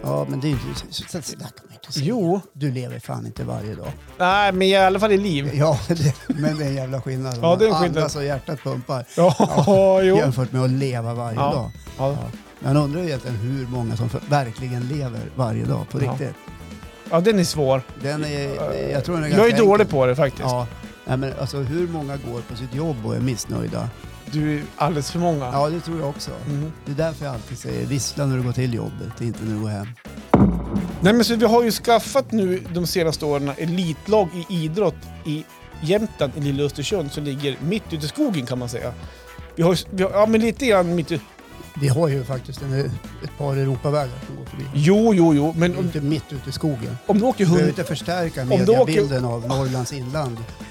Ja, men det är ju så kan man inte säga. Jo. Du lever fan inte varje dag. Nej, men i alla fall i liv. Ja, men det är en jävla skillnad. Ja, det är en skillnad. Andas och hjärtat pumpar. Ja, jo. Jämfört med att leva varje dag. Ja. Ja. Men undrar ju egentligen hur många som verkligen lever varje dag på riktigt. Ja, den är svår. Den är, jag tror den är Jag är ganska dålig enkel. på det faktiskt. Ja, nej, men alltså hur många går på sitt jobb och är missnöjda? Du är alldeles för många. Ja, det tror jag också. Mm. Det är därför jag alltid säger vissla när du går till jobbet, inte när du går hem. Nej, men så vi har ju skaffat nu de senaste åren elitlag i idrott i Jämtland, i Lilla Östersund, som ligger mitt ute i skogen kan man säga. Vi har ja, men lite grann mitt ute. Vi har ju faktiskt ett par Europavägar som går förbi. Jo, men Inte mitt ute i skogen. om du åker Du behöver inte förstärka Om du åker- mediabilden av Norrlands inland